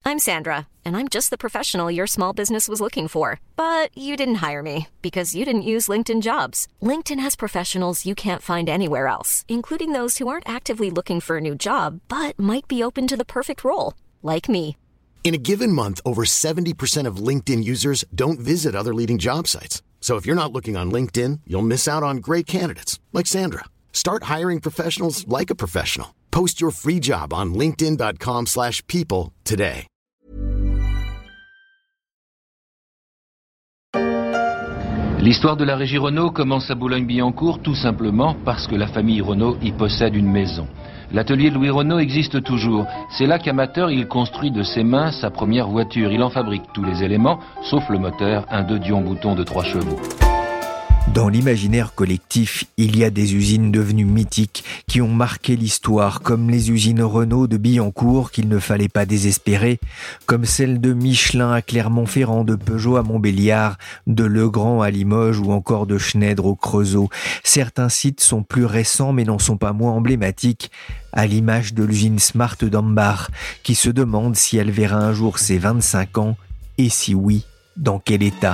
I'm Sandra, and I'm just the professional your small business was looking for. But you didn't hire me because you didn't use LinkedIn Jobs. LinkedIn has professionals you can't find anywhere else, including those who aren't actively looking for a new job, but might be open to the perfect role, like me. In a given month, over 70% of LinkedIn users don't visit other leading job sites. So if you're not looking on LinkedIn, you'll miss out on great candidates like Sandra. Start hiring professionals like a professional. Post your free job on linkedin.com/people today. L'histoire de la régie Renault commence à Boulogne-Billancourt tout simplement parce que la famille Renault y possède une maison. L'atelier de Louis Renault existe toujours. C'est là qu'amateur, il construit de ses mains sa première voiture. Il en fabrique tous les éléments, sauf le moteur, un 2 Dion-Bouton de 3 chevaux. Dans l'imaginaire collectif, il y a des usines devenues mythiques qui ont marqué l'histoire, comme les usines Renault de Billancourt qu'il ne fallait pas désespérer, comme celles de Michelin à Clermont-Ferrand, de Peugeot à Montbéliard, de Legrand à Limoges ou encore de Schneider au Creusot. Certains sites sont plus récents mais n'en sont pas moins emblématiques, à l'image de l'usine Smart d'Ambach, qui se demande si elle verra un jour ses 25 ans, et si oui, dans quel état.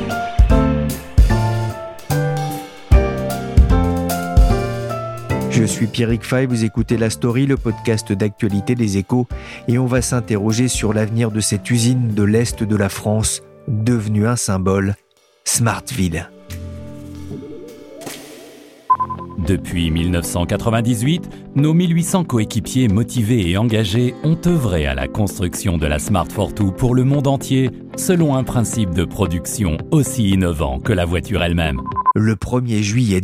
Je suis Pierrick Fay, vous écoutez La Story, le podcast d'actualité des Échos, et on va s'interroger sur l'avenir de cette usine de l'Est de la France, devenue un symbole, Smartville. Depuis 1998, nos 1800 coéquipiers motivés et engagés ont œuvré à la construction de la Smart Fortwo pour le monde entier, selon un principe de production aussi innovant que la voiture elle-même. Le 1er juillet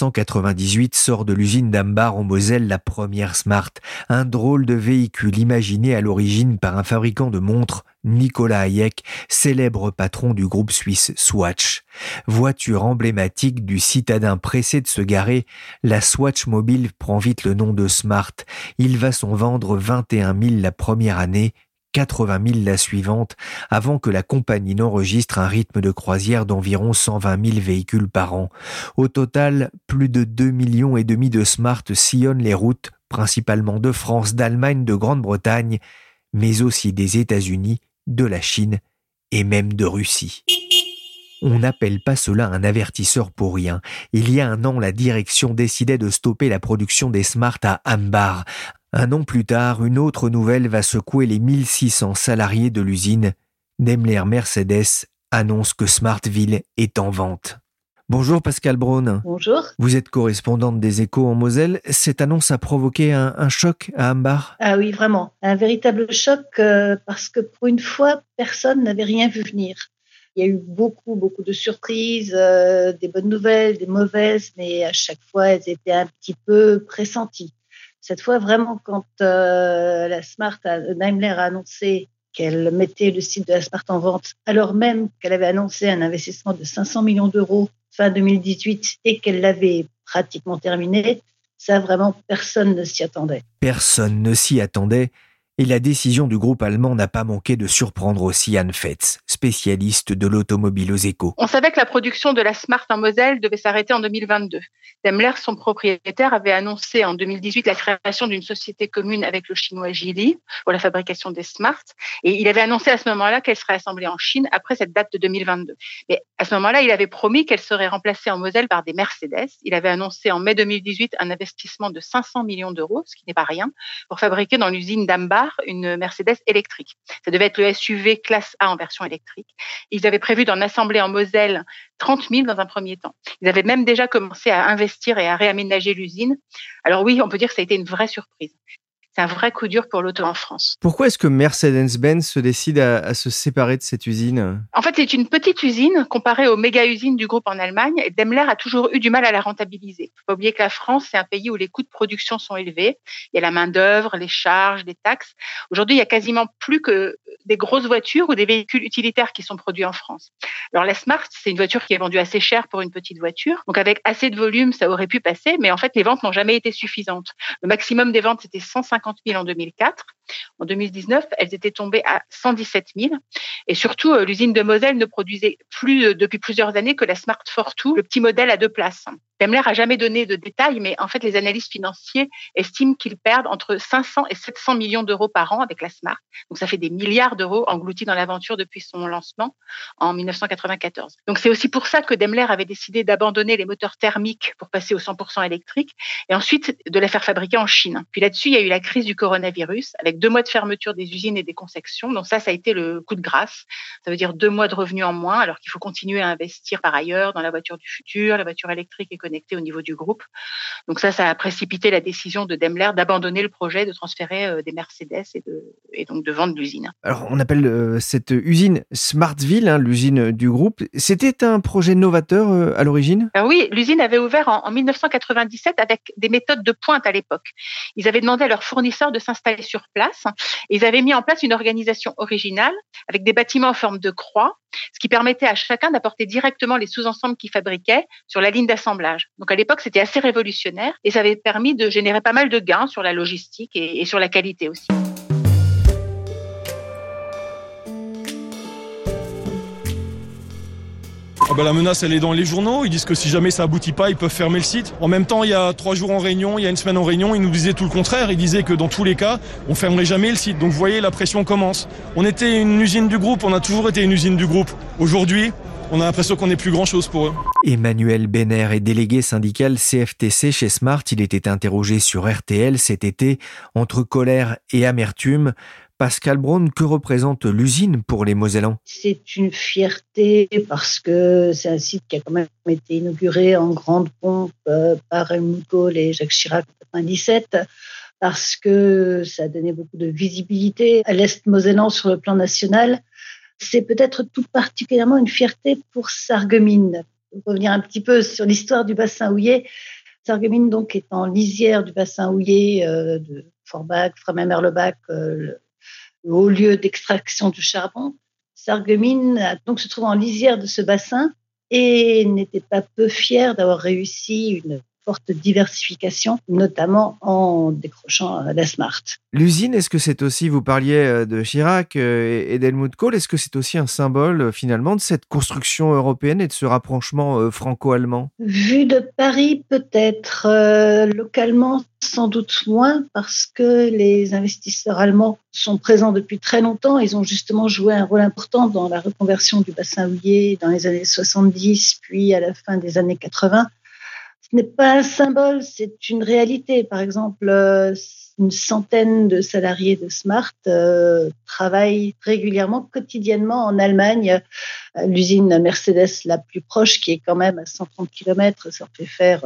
1998 sort de l'usine d'Ambach en Moselle la première Smart, un drôle de véhicule imaginé à l'origine par un fabricant de montres, Nicolas Hayek, célèbre patron du groupe suisse Swatch. Voiture emblématique du citadin pressé de se garer, la Swatch Mobile prend vite le nom de Smart. Il va s'en vendre 21 000 la première année, 80 000 la suivante, avant que la compagnie n'enregistre un rythme de croisière d'environ 120 000 véhicules par an. Au total, plus de 2,5 millions de Smart sillonnent les routes, principalement de France, d'Allemagne, de Grande-Bretagne, mais aussi des États-Unis, de la Chine et même de Russie. On n'appelle pas cela un avertisseur pour rien. Il y a un an, la direction décidait de stopper la production des Smart à Ambach. Un an plus tard, une autre nouvelle va secouer les 1600 salariés de l'usine. Daimler-Mercedes annonce que Smartville est en vente. Bonjour Pascal Braun. Bonjour. Vous êtes correspondante des Échos en Moselle. Cette annonce a provoqué un choc à Ambach ? Ah oui, vraiment. Un véritable choc parce que pour une fois, personne n'avait rien vu venir. Il y a eu beaucoup de surprises, des bonnes nouvelles, des mauvaises, mais à chaque fois, elles étaient un petit peu pressenties. Cette fois, vraiment, quand la Smart, Daimler a annoncé qu'elle mettait le site de la Smart en vente, alors même qu'elle avait annoncé un investissement de 500 millions d'euros fin 2018 et qu'elle l'avait pratiquement terminé, ça, vraiment, personne ne s'y attendait. Personne ne s'y attendait. Et la décision du groupe allemand n'a pas manqué de surprendre aussi Anne Fetz, spécialiste de l'automobile aux Échos. On savait que la production de la Smart en Moselle devait s'arrêter en 2022. Daimler, son propriétaire, avait annoncé en 2018 la création d'une société commune avec le chinois Geely pour la fabrication des Smart. Et il avait annoncé à ce moment-là qu'elle serait assemblée en Chine après cette date de 2022. Mais à ce moment-là, il avait promis qu'elle serait remplacée en Moselle par des Mercedes. Il avait annoncé en mai 2018 un investissement de 500 millions d'euros, ce qui n'est pas rien, pour fabriquer dans l'usine d'Ambach une Mercedes électrique. Ça devait être le SUV classe A en version électrique. Ils avaient prévu d'en assembler en Moselle 30 000 dans un premier temps. Ils avaient même déjà commencé à investir et à réaménager l'usine. Alors oui, on peut dire que ça a été une vraie surprise. C'est un vrai coup dur pour l'auto en France. Pourquoi est-ce que Mercedes-Benz se décide à se séparer de cette usine ? En fait, c'est une petite usine comparée aux méga-usines du groupe en Allemagne. Et Daimler a toujours eu du mal à la rentabiliser. Il ne faut pas oublier que la France, c'est un pays où les coûts de production sont élevés. Il y a la main-d'œuvre, les charges, les taxes. Aujourd'hui, il y a quasiment plus que des grosses voitures ou des véhicules utilitaires qui sont produits en France. Alors la Smart, c'est une voiture qui est vendue assez cher pour une petite voiture. Donc avec assez de volume, ça aurait pu passer. Mais en fait, les ventes n'ont jamais été suffisantes. Le maximum des ventes, c'était 150 000 en 2004. En 2019, elles étaient tombées à 117 000. Et surtout, l'usine de Moselle ne produisait plus depuis plusieurs années que la Smart Fortwo, le petit modèle à 2 places. Daimler a jamais donné de détails, mais en fait, les analystes financiers estiment qu'ils perdent entre 500 et 700 millions d'euros par an avec la Smart. Donc, ça fait des milliards milliards d'euros engloutis dans l'aventure depuis son lancement en 1994. Donc c'est aussi pour ça que Daimler avait décidé d'abandonner les moteurs thermiques pour passer au 100% électrique et ensuite de les faire fabriquer en Chine. Puis là-dessus, il y a eu la crise du coronavirus avec 2 mois de fermeture des usines et des concessions. Donc ça a été le coup de grâce. Ça veut dire 2 mois de revenus en moins alors qu'il faut continuer à investir par ailleurs dans la voiture du futur, la voiture électrique et connectée au niveau du groupe. Donc ça a précipité la décision de Daimler d'abandonner le projet de transférer des Mercedes et donc de vendre l'usine. Alors, on appelle cette usine Smartville, l'usine du groupe. C'était un projet novateur à l'origine ? Alors oui, l'usine avait ouvert en 1997 avec des méthodes de pointe à l'époque. Ils avaient demandé à leurs fournisseurs de s'installer sur place et ils avaient mis en place une organisation originale avec des bâtiments en forme de croix, ce qui permettait à chacun d'apporter directement les sous-ensembles qu'ils fabriquaient sur la ligne d'assemblage. Donc à l'époque, c'était assez révolutionnaire et ça avait permis de générer pas mal de gains sur la logistique et sur la qualité aussi. La menace, elle est dans les journaux. Ils disent que si jamais ça aboutit pas, ils peuvent fermer le site. En même temps, il y a 3 jours en réunion, il y a 1 semaine en réunion, ils nous disaient tout le contraire. Ils disaient que dans tous les cas, on fermerait jamais le site. Donc vous voyez, la pression commence. On était une usine du groupe, on a toujours été une usine du groupe. Aujourd'hui, on a l'impression qu'on n'est plus grand-chose pour eux. Emmanuel Benner est délégué syndical CFTC chez Smart. Il était interrogé sur RTL cet été entre colère et amertume. Pascal Braun, que représente l'usine pour les Mosellans ? C'est une fierté parce que c'est un site qui a quand même été inauguré en grande pompe par Helmut Kohl et Jacques Chirac en 1997, parce que ça a donné beaucoup de visibilité à l'Est mosellan sur le plan national. C'est peut-être tout particulièrement une fierté pour Sarreguemines. Pour revenir un petit peu sur l'histoire du bassin houiller, Sarreguemines donc est en lisière du bassin houiller de Forbach, Frémin-Merlebach, le haut lieu d'extraction du charbon. Sarreguemines donc se trouve en lisière de ce bassin et n'était pas peu fier d'avoir réussi une forte diversification, notamment en décrochant la Smart. L'usine, est-ce que c'est aussi, vous parliez de Chirac et d'Helmut Kohl, est-ce que c'est aussi un symbole finalement de cette construction européenne et de ce rapprochement franco-allemand ? Vu de Paris, peut-être. Localement, sans doute moins, parce que les investisseurs allemands sont présents depuis très longtemps. Ils ont justement joué un rôle important dans la reconversion du bassin houiller dans les années 70, puis à la fin des années 80. Ce n'est pas un symbole, c'est une réalité. Par exemple, une centaine de salariés de Smart travaillent régulièrement, quotidiennement en Allemagne. L'usine Mercedes la plus proche, qui est quand même à 130 km, ça fait faire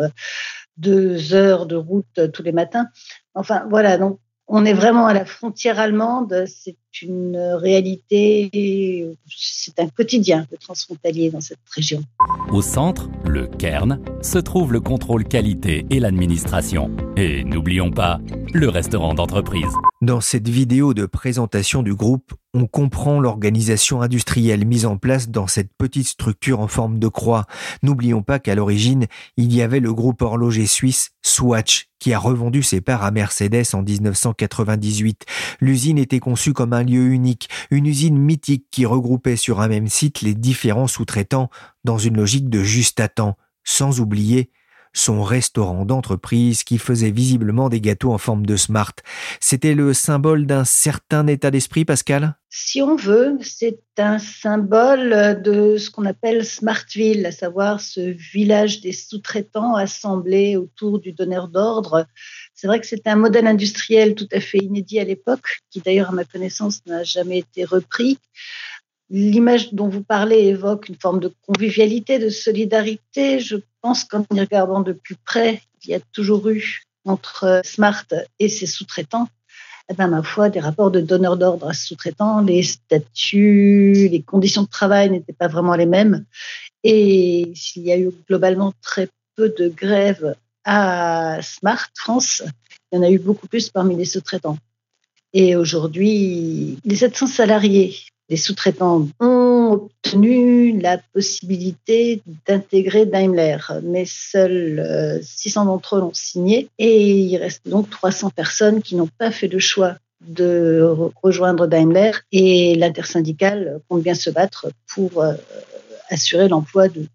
2 heures de route tous les matins. Enfin, voilà, donc on est vraiment à la frontière allemande. C'est une réalité, c'est un quotidien de transfrontalier dans cette région. Au centre, le Cairn, se trouve le contrôle qualité et l'administration. Et n'oublions pas, le restaurant d'entreprise. Dans cette vidéo de présentation du groupe, on comprend l'organisation industrielle mise en place dans cette petite structure en forme de croix. N'oublions pas qu'à l'origine, il y avait le groupe horloger suisse Swatch qui a revendu ses parts à Mercedes en 1998. L'usine était conçue comme un lieu unique, une usine mythique qui regroupait sur un même site les différents sous-traitants dans une logique de juste à temps, sans oublier son restaurant d'entreprise qui faisait visiblement des gâteaux en forme de Smart. C'était le symbole d'un certain état d'esprit, Pascal ? Si on veut, c'est un symbole de ce qu'on appelle Smartville, à savoir ce village des sous-traitants assemblés autour du donneur d'ordre. C'est vrai que c'est un modèle industriel tout à fait inédit à l'époque, qui d'ailleurs, à ma connaissance, n'a jamais été repris. L'image dont vous parlez évoque une forme de convivialité, de solidarité. Je pense qu'en y regardant de plus près, il y a toujours eu entre Smart et ses sous-traitants, ma foi, des rapports de donneurs d'ordre à sous-traitants, les statuts, les conditions de travail n'étaient pas vraiment les mêmes. Et s'il y a eu globalement très peu de grèves à Smart France, il y en a eu beaucoup plus parmi les sous-traitants. Et aujourd'hui, les 700 salariés, les sous-traitants ont obtenu la possibilité d'intégrer Daimler, mais seuls 600 d'entre eux l'ont signé et il reste donc 300 personnes qui n'ont pas fait le choix de rejoindre Daimler et l'intersyndicale compte bien se battre pour assurer l'emploi de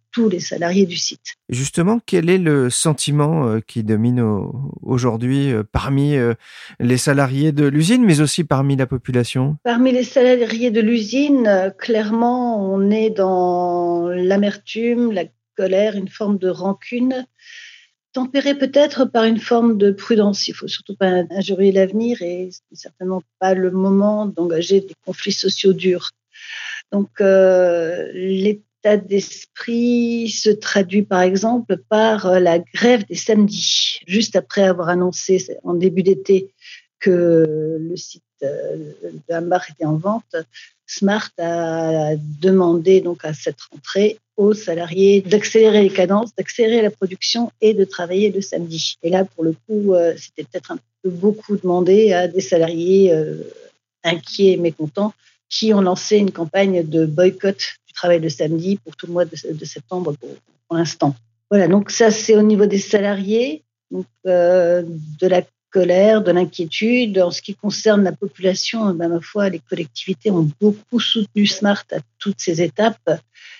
tous les salariés du site. Justement, quel est le sentiment qui domine aujourd'hui parmi les salariés de l'usine, mais aussi parmi la population ? Parmi les salariés de l'usine, clairement, on est dans l'amertume, la colère, une forme de rancune, tempérée peut-être par une forme de prudence. Il ne faut surtout pas injurier l'avenir et ce n'est certainement pas le moment d'engager des conflits sociaux durs. Donc, l'état d'esprit se traduit par exemple par la grève des samedis. Juste après avoir annoncé en début d'été que le site de Hambach était en vente, Smart a demandé donc à cette rentrée aux salariés d'accélérer les cadences, d'accélérer la production et de travailler le samedi. Et là, pour le coup, c'était peut-être un peu beaucoup demandé à des salariés inquiets et mécontents qui ont lancé une campagne de boycott du travail le samedi pour tout le mois de septembre pour l'instant. Voilà, donc ça c'est au niveau des salariés, donc de la colère, de l'inquiétude. En ce qui concerne la population, ma foi, les collectivités ont beaucoup soutenu Smart à toutes ces étapes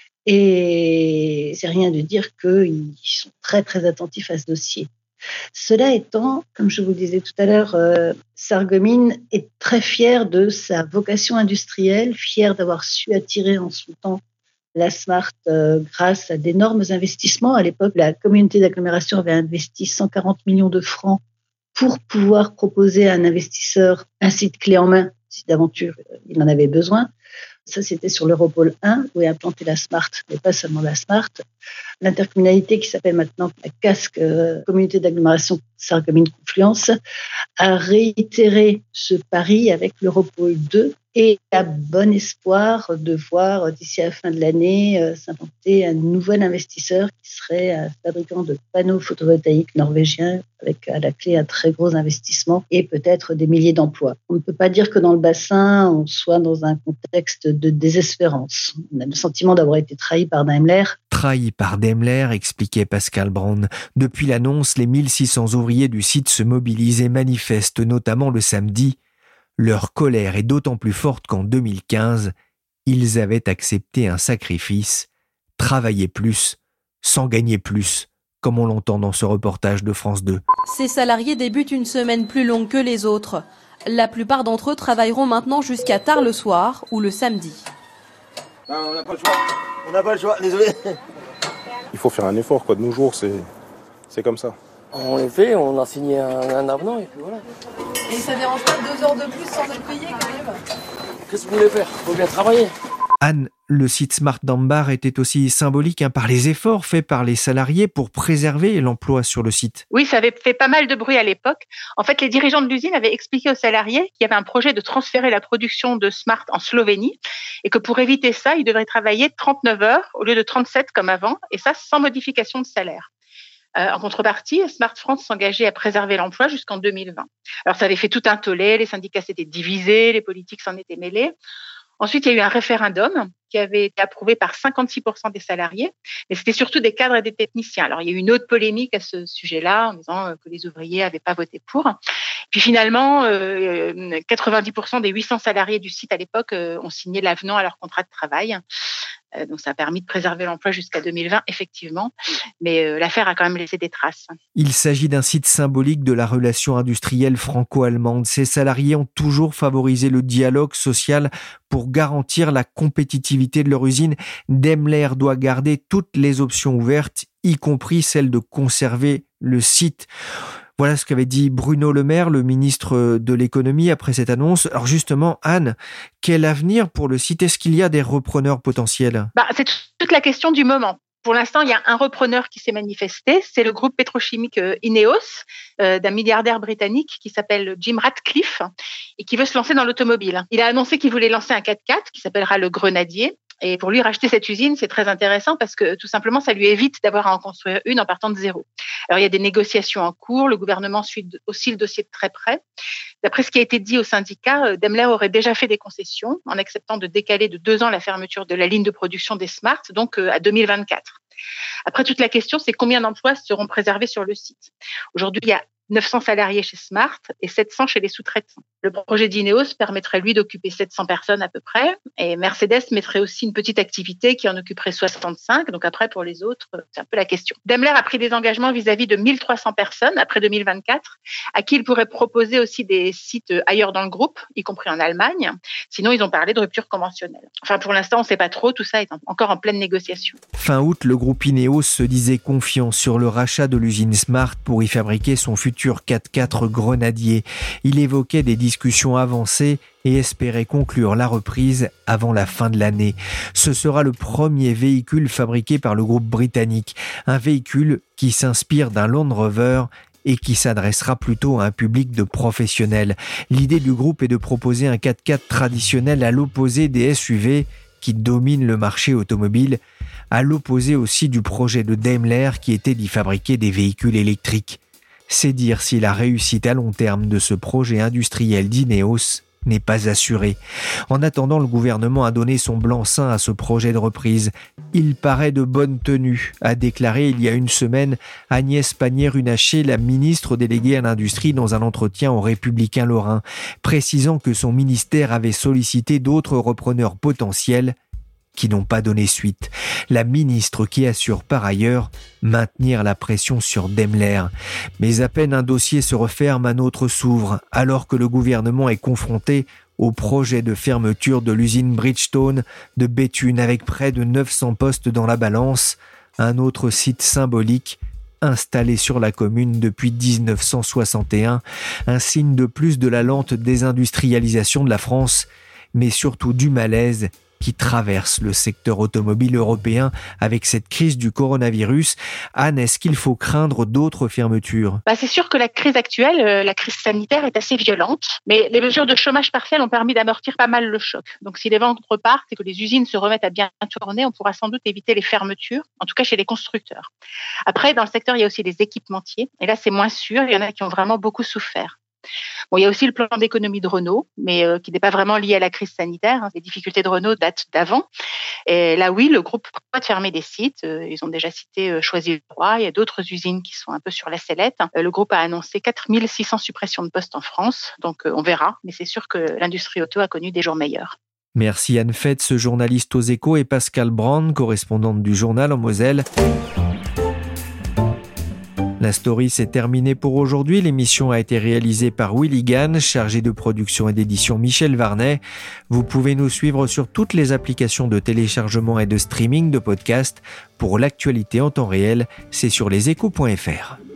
et c'est rien de dire qu'ils sont très très attentifs à ce dossier. Cela étant, comme je vous le disais tout à l'heure, Sarreguemines est très fier de sa vocation industrielle, fier d'avoir su attirer en son temps la Smart grâce à d'énormes investissements. À l'époque, la communauté d'agglomération avait investi 140 millions de francs pour pouvoir proposer à un investisseur un site clé en main, si d'aventure il en avait besoin. Ça, c'était sur l'Europole 1, où est implantée la Smart, mais pas seulement la Smart. L'intercommunalité, qui s'appelle maintenant la CASC, Communauté d'agglomération Sarreguemines-Confluence, a réitéré ce pari avec l'Europole 2 et a bon espoir de voir d'ici à la fin de l'année s'implanter un nouvel investisseur qui serait un fabricant de panneaux photovoltaïques norvégien avec à la clé un très gros investissement et peut-être des milliers d'emplois. On ne peut pas dire que dans le bassin, on soit dans un contexte de désespérance. On a le sentiment d'avoir été trahi par Daimler. Trahi par Daimler, expliquait Pascal Brand. Depuis l'annonce, les 1600 ouvriers du site se mobilisent et manifestent, notamment le samedi. Leur colère est d'autant plus forte qu'en 2015, ils avaient accepté un sacrifice, travailler plus, sans gagner plus, comme on l'entend dans ce reportage de France 2. Ces salariés débutent une semaine plus longue que les autres. La plupart d'entre eux travailleront maintenant jusqu'à tard le soir ou le samedi. Non, on n'a pas le choix. On n'a pas le choix, désolé. Il faut faire un effort, de nos jours, c'est comme ça. On l'a fait, on a signé un avenant et puis voilà. Et ça dérange pas 2 heures de plus sans être payé quand même ? Qu'est-ce que vous voulez faire ? Il faut bien travailler. Anne, le site Smart d'Hambach était aussi symbolique par les efforts faits par les salariés pour préserver l'emploi sur le site. Oui, ça avait fait pas mal de bruit à l'époque. En fait, les dirigeants de l'usine avaient expliqué aux salariés qu'il y avait un projet de transférer la production de Smart en Slovénie et que pour éviter ça, ils devraient travailler 39 heures au lieu de 37 comme avant, et ça sans modification de salaire. En contrepartie, Smart France s'engageait à préserver l'emploi jusqu'en 2020. Alors, ça avait fait tout un tollé, les syndicats s'étaient divisés, les politiques s'en étaient mêlés. Ensuite, il y a eu un référendum qui avait été approuvé par 56% des salariés, mais c'était surtout des cadres et des techniciens. Alors, il y a eu une autre polémique à ce sujet-là, en disant que les ouvriers n'avaient pas voté pour. Puis finalement, 90% des 800 salariés du site à l'époque ont signé l'avenant à leur contrat de travail. Donc, ça a permis de préserver l'emploi jusqu'à 2020, effectivement. Mais l'affaire a quand même laissé des traces. Il s'agit d'un site symbolique de la relation industrielle franco-allemande. Ces salariés ont toujours favorisé le dialogue social pour garantir la compétitivité de leur usine. Daimler doit garder toutes les options ouvertes, y compris celle de conserver le site. Voilà ce qu'avait dit Bruno Le Maire, le ministre de l'économie, après cette annonce. Alors justement, Anne, quel avenir pour le site ? Est-ce qu'il y a des repreneurs potentiels ? C'est toute la question du moment. Pour l'instant, il y a un repreneur qui s'est manifesté, c'est le groupe pétrochimique Ineos, d'un milliardaire britannique qui s'appelle Jim Ratcliffe et qui veut se lancer dans l'automobile. Il a annoncé qu'il voulait lancer un 4x4 qui s'appellera le Grenadier. Et pour lui, racheter cette usine, c'est très intéressant parce que tout simplement, ça lui évite d'avoir à en construire une en partant de zéro. Alors, il y a des négociations en cours. Le gouvernement suit aussi le dossier de très près. D'après ce qui a été dit au syndicat, Daimler aurait déjà fait des concessions en acceptant de décaler de 2 ans la fermeture de la ligne de production des Smart, donc à 2024. Après, toute la question, c'est combien d'emplois seront préservés sur le site. Aujourd'hui, il y a 900 salariés chez Smart et 700 chez les sous-traitants. Le projet d'Ineos permettrait, lui, d'occuper 700 personnes à peu près. Et Mercedes mettrait aussi une petite activité qui en occuperait 65. Donc après, pour les autres, c'est un peu la question. Daimler a pris des engagements vis-à-vis de 1300 personnes après 2024, à qui il pourrait proposer aussi des sites ailleurs dans le groupe, y compris en Allemagne. Sinon, ils ont parlé de rupture conventionnelle. Enfin, pour l'instant, on ne sait pas trop. Tout ça est encore en pleine négociation. Fin août, le groupe Ineos se disait confiant sur le rachat de l'usine Smart pour y fabriquer son futur 4x4 Grenadier. Il évoquait des discussions avancées et espérait conclure la reprise avant la fin de l'année. Ce sera le premier véhicule fabriqué par le groupe britannique, un véhicule qui s'inspire d'un Land Rover et qui s'adressera plutôt à un public de professionnels. L'idée du groupe est de proposer un 4x4 traditionnel à l'opposé des SUV qui dominent le marché automobile, à l'opposé aussi du projet de Daimler qui était d'y fabriquer des véhicules électriques. C'est dire si la réussite à long terme de ce projet industriel d'Ineos n'est pas assurée. En attendant, le gouvernement a donné son blanc-seing à ce projet de reprise. Il paraît de bonne tenue, a déclaré il y a une semaine Agnès Pannier-Runacher, la ministre déléguée à l'industrie, dans un entretien aux Républicains lorrains, précisant que son ministère avait sollicité d'autres repreneurs potentiels qui n'ont pas donné suite. La ministre qui assure par ailleurs maintenir la pression sur Daimler. Mais à peine un dossier se referme, un autre s'ouvre, alors que le gouvernement est confronté au projet de fermeture de l'usine Bridgestone de Béthune avec près de 900 postes dans la balance, un autre site symbolique installé sur la commune depuis 1961, un signe de plus de la lente désindustrialisation de la France, mais surtout du malaise qui traverse le secteur automobile européen avec cette crise du coronavirus. Anne, est-ce qu'il faut craindre d'autres fermetures ? C'est sûr que la crise actuelle, la crise sanitaire est assez violente, mais les mesures de chômage partiel ont permis d'amortir pas mal le choc. Donc si les ventes repartent et que les usines se remettent à bien tourner, on pourra sans doute éviter les fermetures, en tout cas chez les constructeurs. Après, dans le secteur, il y a aussi les équipementiers, et là c'est moins sûr, il y en a qui ont vraiment beaucoup souffert. Il y a aussi le plan d'économie de Renault, mais qui n'est pas vraiment lié à la crise sanitaire. Les difficultés de Renault datent d'avant. Et là, oui, le groupe prévoit de fermer des sites. Ils ont déjà cité Choisy-le-Roi. Il y a d'autres usines qui sont un peu sur la sellette. Le groupe a annoncé 4600 suppressions de postes en France. Donc, on verra. Mais c'est sûr que l'industrie auto a connu des jours meilleurs. Merci Anne Fetz, journaliste aux Échos, et Pascal Brand, correspondante du journal en Moselle. La story s'est terminée pour aujourd'hui. L'émission a été réalisée par Willy Gann, chargé de production et d'édition Michel Varnet. Vous pouvez nous suivre sur toutes les applications de téléchargement et de streaming de podcasts. Pour l'actualité en temps réel, c'est sur leséchos.fr.